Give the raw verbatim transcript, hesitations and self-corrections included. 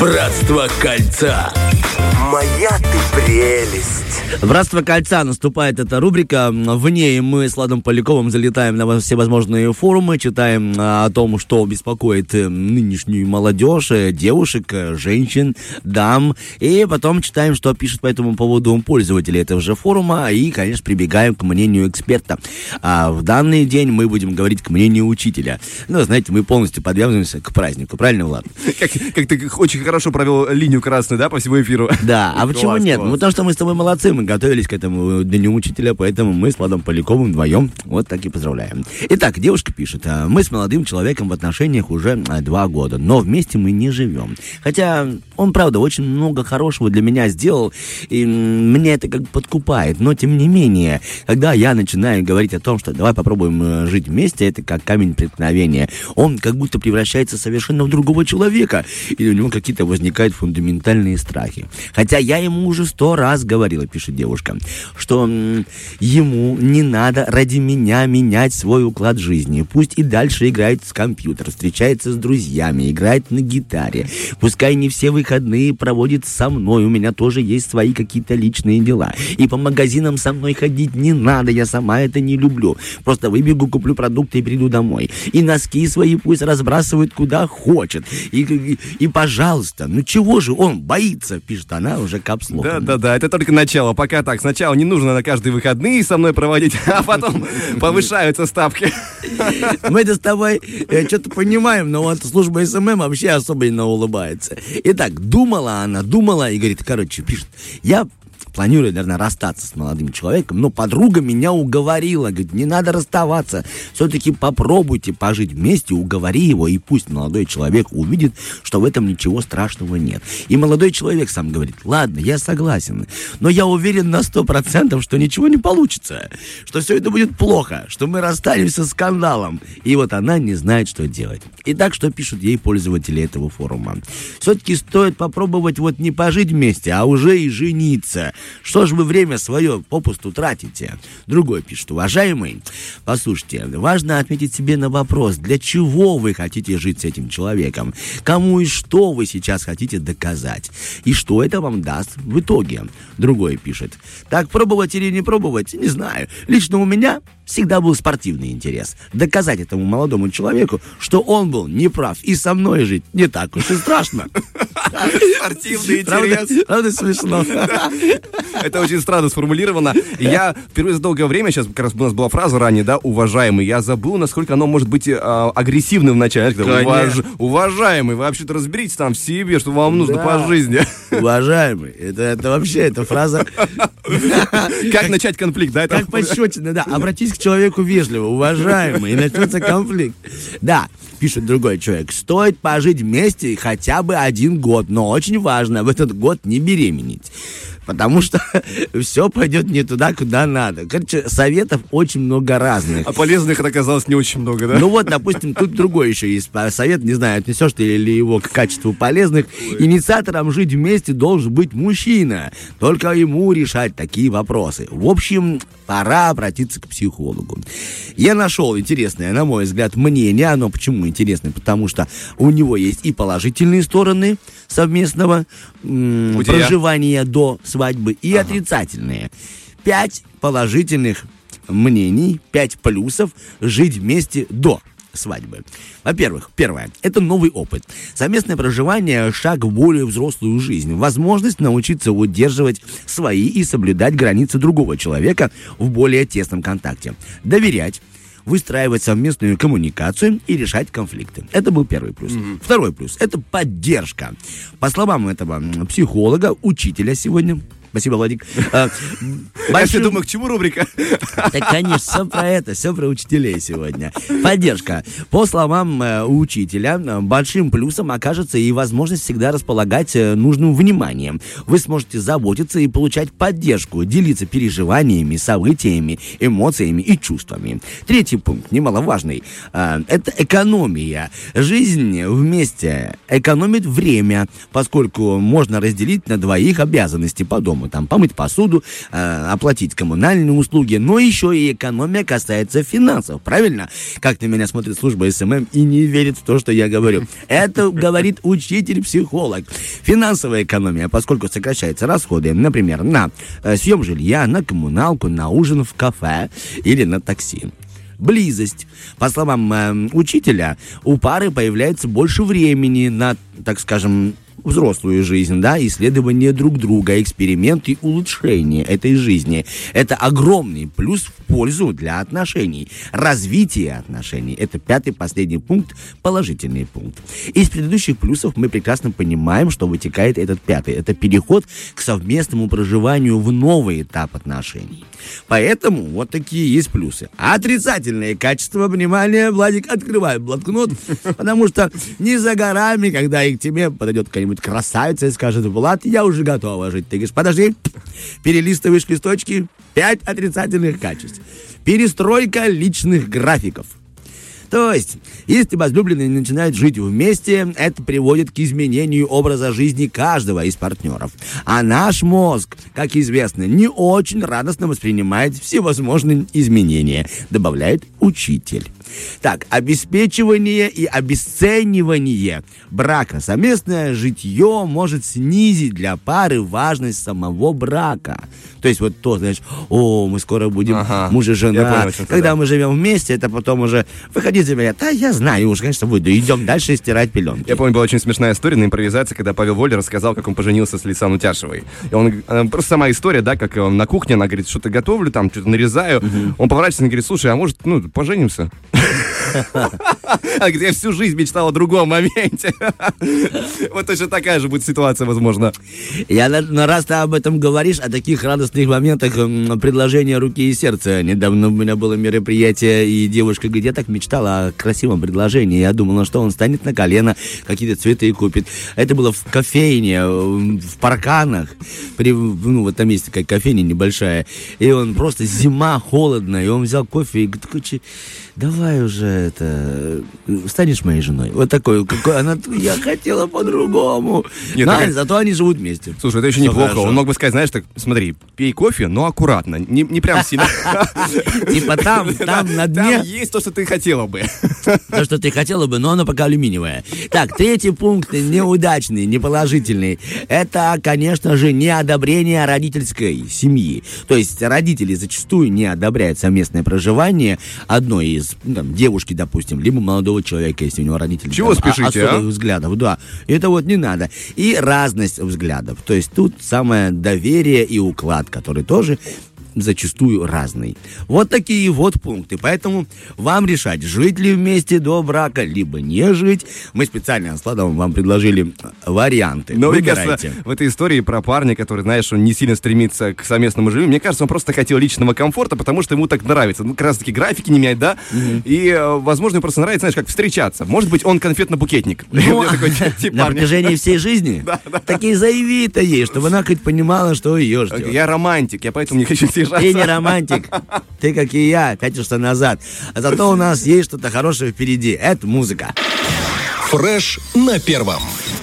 Братство кольца. Моя ты прелесть. Братство кольца. Наступает эта рубрика. В ней мы с Владом Поляковым залетаем на всевозможные форумы, читаем о том, что беспокоит нынешнюю молодежь, девушек, женщин, дам. И потом читаем, что пишут по этому поводу пользователи этого же форума. И, конечно, прибегаем к мнению эксперта. А в данный день мы будем говорить к мнению учителя. Ну, знаете, мы полностью подвязываемся к празднику. Правильно, Влад? Как, как ты очень хорошо провел линию красную, да, по всему эфиру? Да, а почему Класс, нет? класс. Ну, потому что мы с тобой молодцы, мы готовились к этому Дню Учителя, поэтому мы с Владом Поляковым вдвоем вот так и поздравляем. Итак, девушка пишет: мы с молодым человеком в отношениях уже два года, но вместе мы не живем. Хотя он, правда, очень много хорошего для меня сделал, и мне это как бы подкупает. Но, тем не менее, когда я начинаю говорить о том, что давай попробуем жить вместе, это как камень преткновения. Он как будто превращается совершенно в другого человека, и у него какие-то возникают фундаментальные страхи. Хотя я ему уже сто раз говорила, пишет девушка, что м, ему не надо ради меня менять свой уклад жизни. Пусть и дальше играет с компьютера, встречается с друзьями, играет на гитаре. Пускай не все выходные проводит со мной, у меня тоже есть свои какие-то личные дела. И по магазинам со мной ходить не надо, я сама это не люблю. Просто выбегу, куплю продукты и приду домой. И носки свои пусть разбрасывает куда хочет. И, и, и пожалуйста, ну чего же он боится, пишет она уже капслоком. Да-да-да, это только начало. Пока так, сначала не нужно на каждые выходные со мной проводить, а потом повышаются ставки. Мы это с тобой э, что-то понимаем, но вот служба СММ вообще особо не улыбается. Итак, думала она, думала и говорит, короче, пишет, я планирую, наверное, расстаться с молодым человеком, но подруга меня уговорила, говорит, не надо расставаться, все-таки попробуйте пожить вместе, уговори его, и пусть молодой человек увидит, что в этом ничего страшного нет. И молодой человек сам говорит, ладно, я согласен, но я уверен на сто процентов, что ничего не получится, что все это будет плохо, что мы расстанемся с скандалом. И вот она не знает, что делать. Итак, что пишут ей пользователи этого форума? Все-таки стоит попробовать вот не пожить вместе, а уже и жениться. Что ж вы время свое попусту тратите? Другой пишет, уважаемый, послушайте, важно отметить себе на вопрос, для чего вы хотите жить с этим человеком? Кому и что вы сейчас хотите доказать? И что это вам даст в итоге? Другой пишет, так пробовать или не пробовать, не знаю. Лично у меня всегда был спортивный интерес. Доказать этому молодому человеку, что он был неправ, и со мной жить не так уж и страшно. Спортивный интерес. Правда смешно? Это очень странно сформулировано. Я впервые за долгое время, сейчас как раз у нас была фраза ранее, да, уважаемый, я забыл, насколько оно может быть э, агрессивным вначале. Уваж... Уважаемый, вы вообще-то разберитесь там в себе, что вам нужно Да. по жизни. Уважаемый, это, это вообще, эта фраза... Как начать конфликт, да? это- Как пощечина, да. Обратись к человеку вежливо, уважаемый, и начнется конфликт. Да, пишет другой человек, стоит пожить вместе хотя бы один год, но очень важно в этот год не беременеть. Потому что все пойдет не туда, куда надо. Короче, советов очень много разных. А полезных оказалось не очень много, да? Ну вот, допустим, тут другой еще есть совет, не знаю, отнесешь ты ли его к качеству полезных. Инициатором жить вместе должен быть мужчина. Только ему решать такие вопросы. В общем, пора обратиться к психологу. Я нашел интересное, на мой взгляд, мнение. Оно почему интересное? Потому что у него есть и положительные стороны совместного м- проживания до свадьбы, и ага. отрицательные. Пять положительных мнений, пять плюсов жить вместе до свадьбы. Во-первых, первое, это новый опыт. Совместное проживание – шаг в более взрослую жизнь. Возможность научиться удерживать свои и соблюдать границы другого человека в более тесном контакте. Доверять, выстраивать совместную коммуникацию и решать конфликты. Это был первый плюс. Mm-hmm. Второй плюс – это поддержка. По словам этого психолога, учителя сегодня, спасибо, Владик. Я все думаю, к чему рубрика? Да, конечно, все про это, все про учителей сегодня. Поддержка. По словам э, учителя, большим плюсом окажется и возможность всегда располагать э, нужным вниманием. Вы сможете заботиться и получать поддержку, делиться переживаниями, событиями, эмоциями и чувствами. Третий пункт, немаловажный, э, это экономия. Жизнь вместе экономит время, поскольку можно разделить на двоих обязанности по дому. по-простому. Там помыть посуду, э, оплатить коммунальные услуги, но еще и экономия касается финансов, правильно? Как на меня смотрит служба эс эм эм и не верит в то, что я говорю. Это говорит учитель-психолог. Финансовая экономия, поскольку сокращаются расходы, например, на э, съем жилья, на коммуналку, на ужин в кафе или на такси. Близость. По словам э, учителя, у пары появляется больше времени на, так скажем, взрослую жизнь, да, исследование друг друга, эксперимент и улучшение этой жизни. Это огромный плюс в пользу для отношений. Развитие отношений. Это пятый, последний пункт, положительный пункт. Из предыдущих плюсов мы прекрасно понимаем, что вытекает этот пятый. Это переход к совместному проживанию в новый этап отношений. Поэтому вот такие есть плюсы. Отрицательные качества, внимания, Владик, открывай блокнот, потому что не за горами, когда и к тебе подойдет какая-нибудь красавица и скажет: Влад, я уже готова жить. Ты говоришь: подожди, перелистываешь листочки, пять отрицательных качеств. Перестройка личных графиков. То есть, если возлюбленные начинают жить вместе, это приводит к изменению образа жизни каждого из партнеров. А наш мозг, как известно, не очень радостно воспринимает всевозможные изменения, добавляет учитель. Так, обеспечивание и обесценивание брака. Совместное житье может снизить для пары важность самого брака. То есть вот то, знаешь, о, мы скоро будем ага, муж и жена. Понял, когда да. мы живем вместе, это потом уже выходить за меня. Да, я знаю, уж, конечно, буду. Идем дальше стирать пеленки. Я помню, была очень смешная история на импровизации, когда Павел Воля рассказал, как он поженился с Лейсан Утяшевой. И он, просто сама история, да, как он на кухне, она говорит, что-то готовлю, там, что-то нарезаю. Угу. Он поворачивается и говорит: слушай, а может, ну, поженимся? Я всю жизнь мечтал о другом моменте. Вот точно такая же будет ситуация, возможно. Я, но раз ты об этом говоришь, о таких радостных моментах, предложения руки и сердца. Недавно у меня было мероприятие, и девушка говорит: я так мечтала о красивом предложении. Я думала, что он станет на колено, какие-то цветы купит. Это было в кофейне, в Парканах. При, ну, вот там есть такая кофейня небольшая. И он просто зима, холодно. И он взял кофе и говорит: давай уже это, станешь моей женой. Вот такой, какой она, я хотела по-другому. Нет, но, так... зато они живут вместе. Слушай, это еще все неплохо. Хорошо. Он мог бы сказать, знаешь, так, смотри, пей кофе, но аккуратно, не, не прям сильно. Типа там, там на дне. Там есть то, что ты хотела бы. То, что ты хотела бы, но оно пока алюминиевое. Так, третий пункт неудачный, неположительный. Это, конечно же, неодобрение родительской семьи. То есть родители зачастую не одобряют совместное проживание одной из, ну, там, девушки, допустим, либо молодого человека, если у него родители. Чего там, спешите, особых а? взглядов, да. Это вот не надо. И разность взглядов. То есть тут самое доверие и уклад, который тоже зачастую разный. Вот такие вот пункты. Поэтому вам решать, жить ли вместе до брака, либо не жить. Мы специально с Ладом вам предложили варианты. Но мне кажется, в этой истории про парня, который, знаешь, он не сильно стремится к совместному жилью, мне кажется, он просто хотел личного комфорта, потому что ему так нравится. Ну, как раз таки графики не менять, да? Mm-hmm. И, возможно, ему просто нравится, знаешь, как встречаться. Может быть, он конфетно-букетник. Ну, на протяжении всей жизни? Такие заяви-то ей, чтобы она хоть понимала, что ее ждет. Я романтик, я поэтому не хочу съезжаться. Ты не романтик, ты, как и я, пятишься назад. А зато у нас есть что-то хорошее впереди. Это музыка. Фреш на первом.